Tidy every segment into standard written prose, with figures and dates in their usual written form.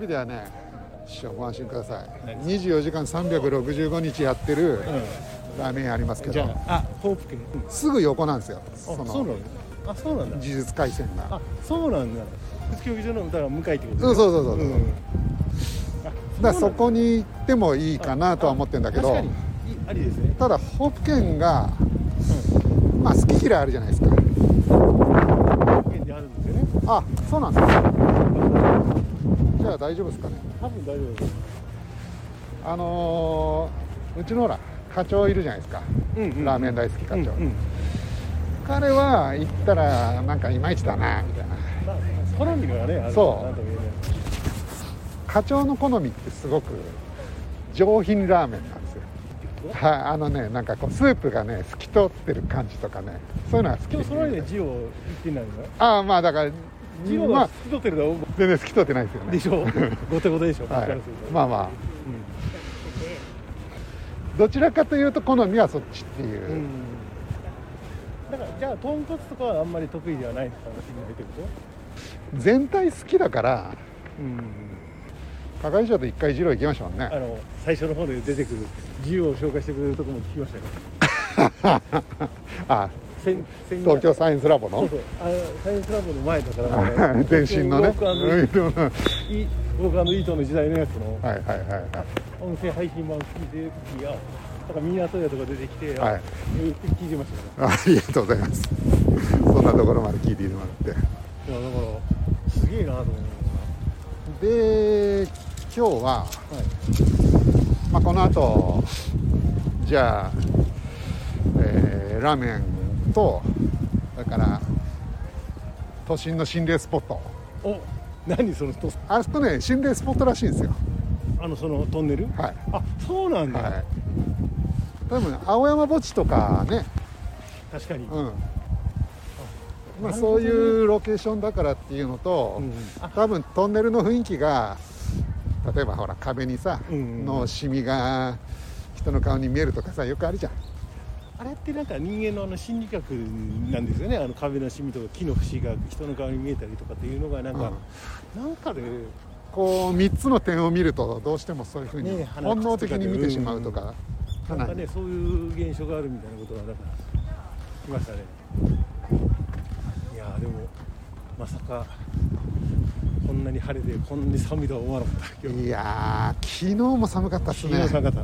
ビではね、師匠ご安心ください。24時間365日やってるラーメン屋ありますけど、 じゃあ、ホープ県、 すぐ横なんですよ。 そうなんだ。あ、そうなんだ。 呪術廻戦が。 あ、そうなんだ。競技場のだから向かいってことそうそうそうそう。 うん、 だからそこに行ってもいいかなとは思ってるんだけど、 確かにありですね。 ただホープ県が、まあ好き嫌いあるじゃないですか。 県であるんですよね。 あ、そうなんですか。じゃあ大丈夫ですかね。 多分大丈夫です。 うちのほら課長いるじゃないですか、ラーメン大好き課長、彼は行ったらなんかいまいちだなみたいな、 まあ、好みがねある。 そうなんとも言えない。 課長の好みってすごく上品ラーメンなんですよ。はい、なんかこうスープがね透き通ってる感じとかね、そういうのは好き。 今日その間でジオ言ってないの？ ああ、まあだからジオが透き通ってるのは全然透き通ってないですよね。 でしょ。ごてごてでしょ。 はい、まあまあ、どちらかというと好みはそっちっていう、 だからじゃあ豚骨とかはあんまり得意ではない話に入ってくると、 全体好きだから、係長と一回二郎行きましょうね。 最初の方で出てくるジオを紹介してくれるところも聞きましたよ。 あ、東京サイエンスラボの、 そうそう、サイエンスラボの前だからね。 電信のね、 ウォークイートの時代のやつの音声配信版聞いてる時が、だから港屋とか出てきて、 はい、 聞いてましたね。 ありがとうございます。そんなところまで聞いてもらって。 いやだからすげえなと思う。 で今日は、まあ、この後じゃあ、ラーメンとだから都心の心霊スポット。 お、何そのあそこね、心霊スポットらしいんですよ。 そのトンネル。 はい。 あ、そうなんだ。 はい、多分青山墓地とかね。 確かに。 まあ、そういうロケーションだからっていうのと、多分トンネルの雰囲気が、例えばほら壁にさ、のシミが人の顔に見えるとかさ、よくあるじゃん。 あれってなんか人間の心理学なんですよね。壁のシミとか木の節が人の顔に見えたりとかっていうのがなんか、なんかでこう3つの点を見るとどうしてもそういうふうに本能的に見てしまうとか、 なんかね、そういう現象があるみたいなことがだから来ましたね。いやでもまさかこんなに晴れてこんなに寒いとは思わなかった。 いやー、昨日も寒かったっすね。 昨日寒かった。もう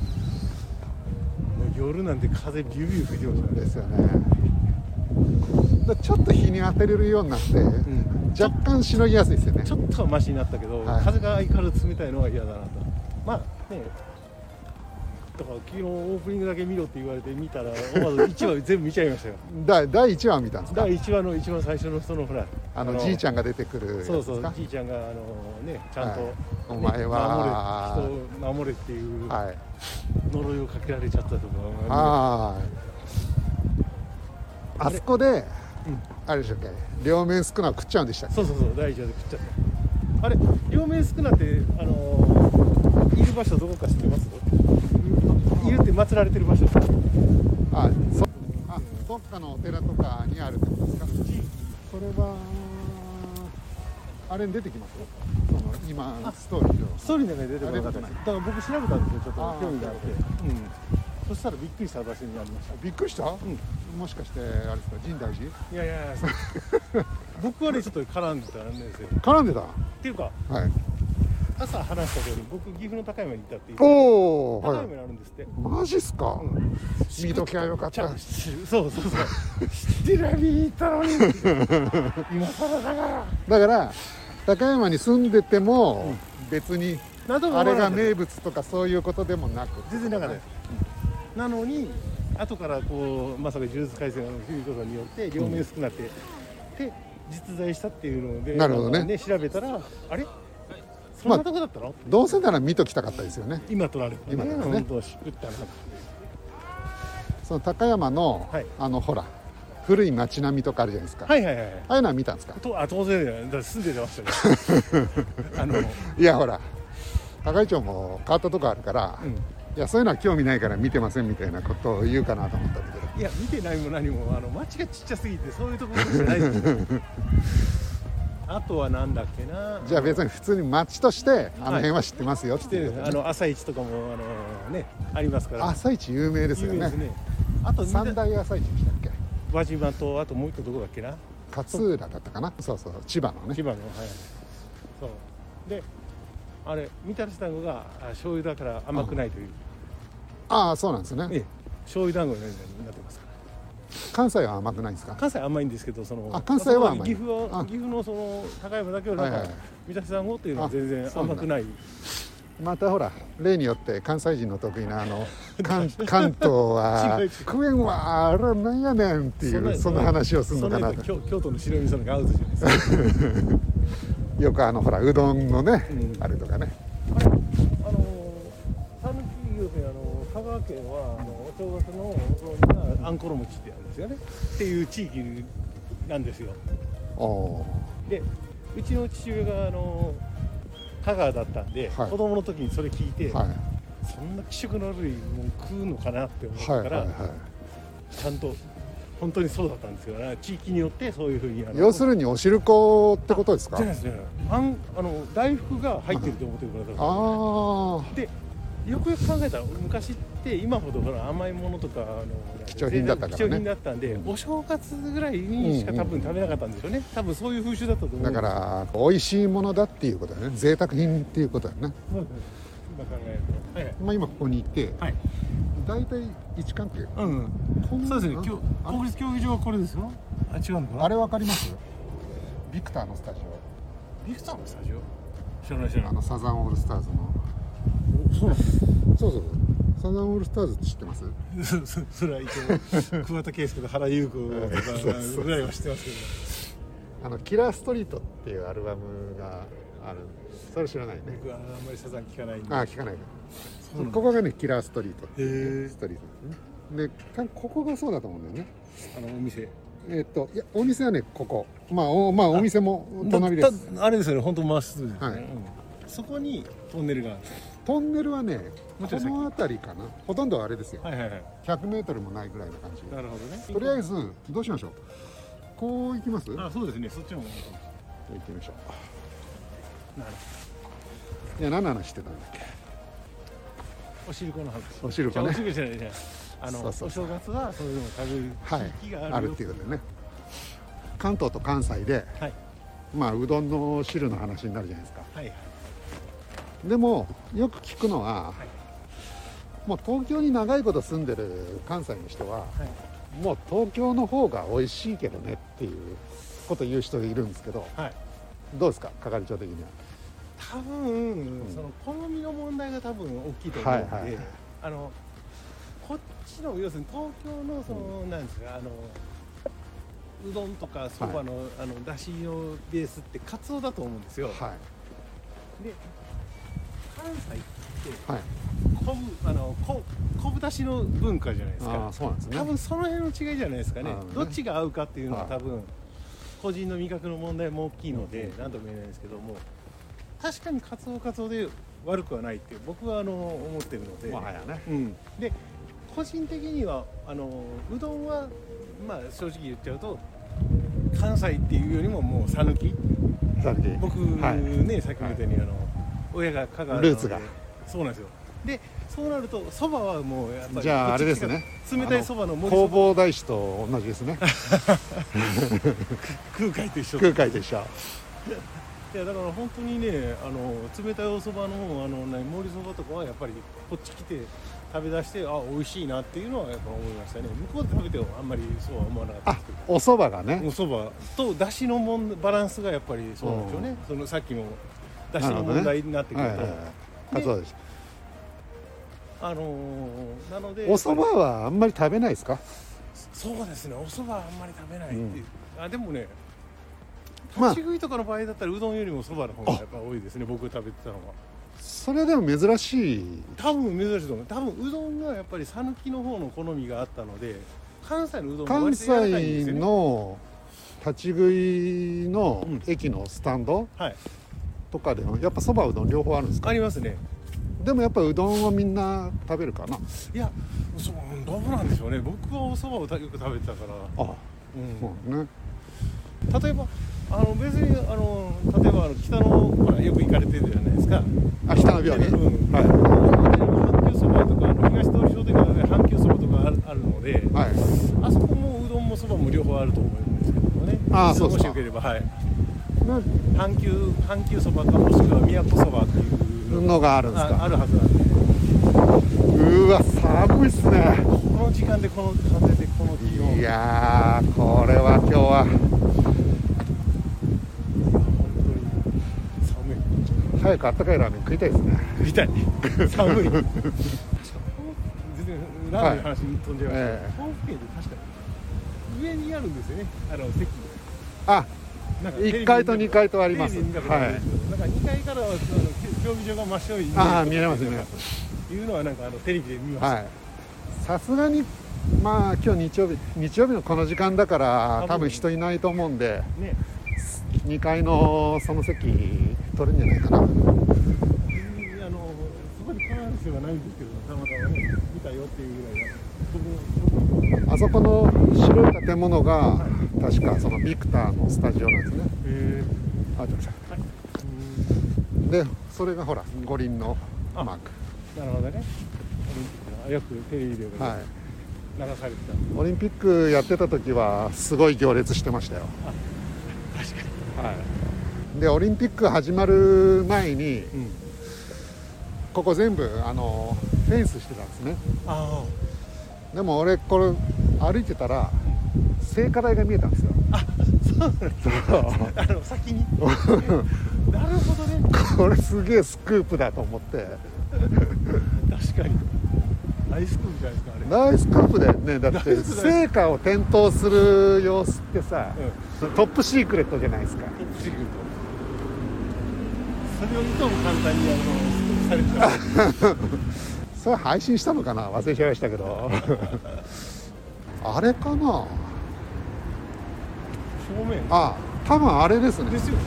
夜なんて風ビュービュー吹いてましたね。 ですよね。ちょっと日に当てれるようになって、若干しのぎやすいですよね。 ちょっとはマシになったけど、風が相変わらず冷たいのは嫌だなと。まあね、だから昨日オープニングだけ見ろって言われて見たら思わず1話全部見ちゃいましたよ。 第1話を見たんですか？ 第1話の一番最初の人のほらじいちゃんが出てくるやつですか？ そうそう、じいちゃんがね、ちゃんと、 お前は人を守れっていう呪いをかけられちゃったとか、 あそこで、あれでしたっけ、両面少なを食っちゃうんでしたっけ？ そうそうそう、第1話で食っちゃった。あれ、両面少なっている場所どこか知ってます？いるって祀られてる場所。 どっかのお寺とかにあるってことですか？それはあれに出てきますよ。今ストーリーの中で出てこなかったです。だから僕調べたんですよ、ちょっと興味があって。そしたらびっくりした場所にありました。びっくりした？もしかしてあれですか、深大寺？いやいや僕はね、ちょっと絡んでたんですよ。絡んでた？っていうか、朝話した通り僕岐阜の高山に行ったっていう。高山にあるんですって。マジっすか？見ときゃよかった。そう知ってる見に行ったのに今更だから高山に住んでても別にあれが名物とかそういうことでもなく、全然なかったです。なのに後からこうまさか呪術廻戦のフィールドさんによって両面少なってで実在したっていうので、なるほどね、調べたらあれそんなとこだったの？どうせなら見ときたかったですよね。今取られてね、本当しくったな。その高山のほら古い街並みとかあるじゃないですか。ああいうのは見たんですか？当然住んでましたね。いやほら係長も変わったとこあるから、いやそういうのは興味ないから見てませんみたいなことを言うかなと思ったんだけど、いや見てないも何も町がちっちゃすぎてそういうところじゃないですよ。 あとはなんだっけな。 じゃあ別に普通に街としてあの辺は知ってますよっていうことね、 朝市とかもねありますから。 朝市有名ですよね。 有名ですね。あと三大朝市でしたっけ？ 輪島とあともう一個どこだっけな。 勝浦だったかな。そうそう、千葉のね。 千葉の、はい。そうで、あれみたらし団子が醤油だから甘くないという。 ああ、そうなんですね。 ええ、醤油団子になってますから。 関西は甘くないんですか？ 関西は甘いんですけど、 関西は甘い。 岐阜のその高山だけはなんかみたらし団子っていうのは全然甘くない。 またほら例によって関西人の得意な関東は食えんわあれなんやねんっていうその話をするのかなと。 京都の白味噌のがアウトじゃないですか。 よくほらうどんのね、あれとかね。 讃岐要するに香川県はお正月のお雑煮があんころ餅ってあるんですよねっていう地域なんですよ。でうちの父親が香川だったんで、子供の時にそれ聞いて、そんな気色の悪いもん食うのかなって思ったから、ちゃんと本当にそうだったんですよね。地域によってそういうふうに要するにお汁粉ってことですか？ じゃないですね。大福が入ってると思ってください。でよくよく考えたら昔って今ほど甘いものとか貴重品だったからね。 貴重品だったんで、お正月ぐらいにしか多分食べなかったんでしょうね。多分そういう風習だったと思うんです。 だから美味しいものだっていうことだね。贅沢品っていうことだね。 そうです。今考えると、 今ここにいて、大体位置関係。 そうですね。国立競技場はこれですよ。あ、違うのかな。 あれわかります？ビクターのスタジオ。ビクターのスタジオ？知らない。 サザンオールスターズの。 そうなんです。 そうサザンオールスターズって知ってます？ それは一応桑田佳祐と原由子とかぐらいは知ってますけど。 キラーストリートっていうアルバムがある。それ知らないね。 僕はあんまりサザン聞かないんで。 聞かないか。ここがねキラーストリートっていうストリートですね。でここがそうだと思うんだよね。 お店。 いやお店はねここ。お店も隣です。 あれですよね。本当まっすぐですね。そこにトンネルがある。 トンネルはねこの辺りかな。ほとんどあれですよ。100メートルもないぐらいの感じ。 なるほどね。 とりあえずどうしましょう。こう行きます？ そうですね。そっちも行ってみましょう。 なるほど。いや何の話してたんだっけ？ お汁粉の話。 お汁粉ね。 お汁じゃないじゃん。お正月はそういうのを食べる地域があるっていうことでね。関東と関西で、うどんの汁の話になるじゃないですか。でもよく聞くのは、もう東京に長いこと住んでる関西の人は、もう東京の方が美味しいけどねっていうことを言う人がいるんですけど、どうですか係長的には。 多分、その好みの問題が多分大きいと思うので、こっちの要するに東京のその、なんですかうどんとかそばのだしのベースってカツオだと思うんですよ。で関西って昆布だしの文化じゃないですか。 そうなんですね。 多分その辺の違いじゃないですかね。どっちが合うかっていうのは多分個人の味覚の問題も大きいので何とも言えないんですけども、確かにカツオで悪くはないって僕は思ってるので、で個人的にはうどんは正直言っちゃうと関西っていうよりももう讃岐。僕ねさっきみたいに親が香川ルーツがそうなんですよ。でそうなるとそばはもうやっぱりじゃああれですね。 冷たいそばの弘法大師と同じですね。 空海と一緒。 空海と一緒。 いやだから本当にね冷たいおそばの盛りそばとかはやっぱりこっち来て食べ出して美味しいなっていうのはやっぱ思いましたね。向こうで食べてもあんまりそうは思わなかったですけど。 おそばがね。 おそばとだしのバランスがやっぱりそうなんですよね。そのさっきのだしの問題になってくると。 そうです。 なのでおそばはあんまり食べないですか？ そうですね。おそばはあんまり食べないっていう。でもね。立ち食いとかの場合だったらうどんよりもそばの方がやっぱ多いですね。僕が食べてたのは。 それでも珍しい。 多分珍しいと思う。多分うどんがやっぱり讃岐の方の好みがあったので、関西のうどんが割と柔らかいんですよね。 関西の立ち食いの駅のスタンド、とかでもやっぱそばうどん両方あるんですか？ ありますね。 でもやっぱうどんはみんな食べるかな。 いやどうなんでしょうね。僕はおそばをよく食べてたから。 ね。 例えば別に例えば北のほらよく行かれてるじゃないですか。 北の病院、 はい、阪急そばとか東通り商店街で阪急そばとかあるので、はい、あそこもうどんもそばも両方あると思うんですけどもね。 そうですか。 もしよければ、はい、阪急そばかもしくは宮古そばっていうのがあるんですか。 あるはずなんで。 うわ寒いっすね。 この時間でこの風でこの気温。 いやーこれは今日は早くあったかいラーメン食いたいですね。 食いたい寒い全然ラーメンの話に飛んじゃいました。甲府県で確かに上にあるんですよね、席。 なんか1階と2階とあります。はい、なんか 2階から競技場が真っ白い見えますね。 いうのはなんかテレビで見ました。 さすがに今日日曜日のこの時間だから多分人いないと思うんで、ね、2階のその席取るんじゃないかな。そこにカーンスがないんですけど、たまたまね見たよっていうぐらいあそこの白い建物が確かそのビクターのスタジオなんですね。でそれがほら五輪のマーク。 なるほどね。よくテレビで流されてた。 オリンピックやってた時はすごい行列してましたよ。 確かに。でオリンピック始まる前に、ここ全部フェンスしてたんですね。でも俺これ歩いてたら聖火台が見えたんですよ。 そう先になるほどね。 これすげえスクープだと思って。 確かに大スクープじゃないですか。あれ大スクープだよね。だって聖火を点灯する様子ってさ、トップシークレットじゃないですか。トップシークレット。 それをいとも簡単にスクープされてた。 それ配信したのかな、忘れちゃいましたけどあれかな、 正面。 多分あれですね。 ですよね。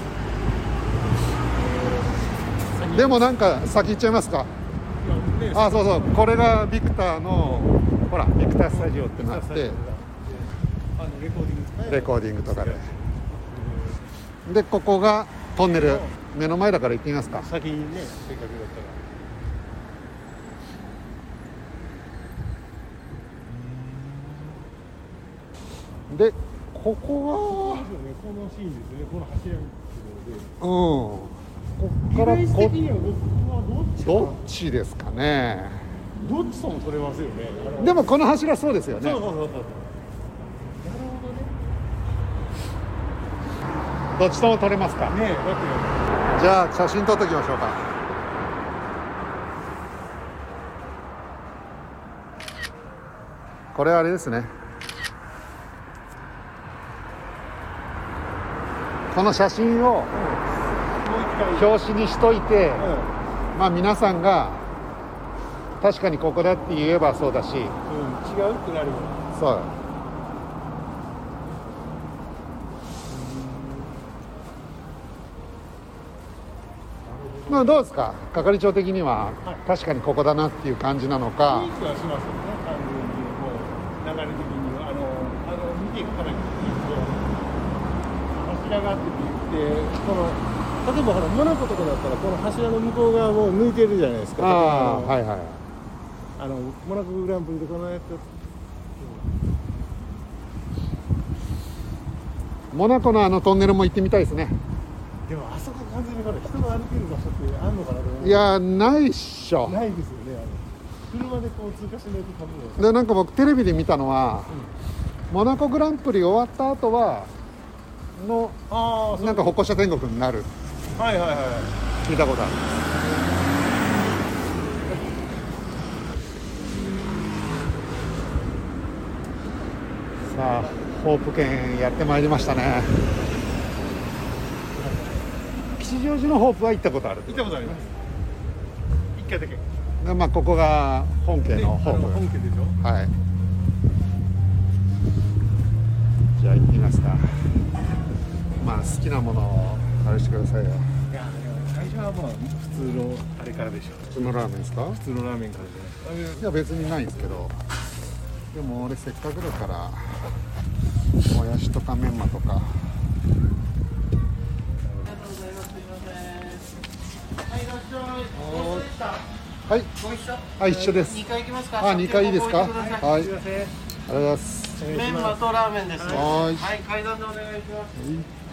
でもなんか先行っちゃいますか。そうそう、これがビクターのほらビクタースタジオってなって、レコーディングとかでここがトンネル、目の前だから行ってみますか。 先にね、せっかくだったら。でここはこのシーンですよね。この柱のこっからどっちですかね。 どっちとも取れますよね。 でもこの柱そうですよね。 そう。なるほどね。 どっちとも取れますかね。じゃあ写真撮っときましょうか。これあれですね。この写真を表紙にしといて、皆さんが確かにここだって言えばそうだし、違うってなる。 そう。どうですか、係長的には、確かにここだなっていう感じなのか。 いい気はしますよね。流れ的には見ていくから柱があって言って、この例えばほらモナコとかだったらこの柱の向こう側も抜いてるじゃないですか。モナコグランプリでこのやつ、 モナコのトンネルも行ってみたいですね。 でもあそこ完全にほら人が歩ける場所ってあるのかなと思う。 いやないっしょ。 ないですよね。車でこう通過しないと多分。 でなんか僕テレビで見たのは、モナコグランプリ終わった後はなんか歩行者天国になる。聞いたことある。さあホープ県やってまいりましたね。吉祥寺のホープは行ったことある。 行ったことあります。1回だけ。 でここが本家のホープ。 本家でしょ。 はい。じゃあ行ってみますか。好きなものをあれしてくださいよ。 いや最初は普通のあれからでしょ。 普通のラーメンですか。 普通のラーメンからじゃないですか。 いや別にないんですけど、でも俺せっかくだからもやしとかメンマとかはい。 ご一緒。 あ、一緒です。 二回行きますか。 あ、2回いいですか。はい。 食券ありご置いてください。 がとうございます。 メンマとラーメンですね。 はいはい、階段でお願いします。 はい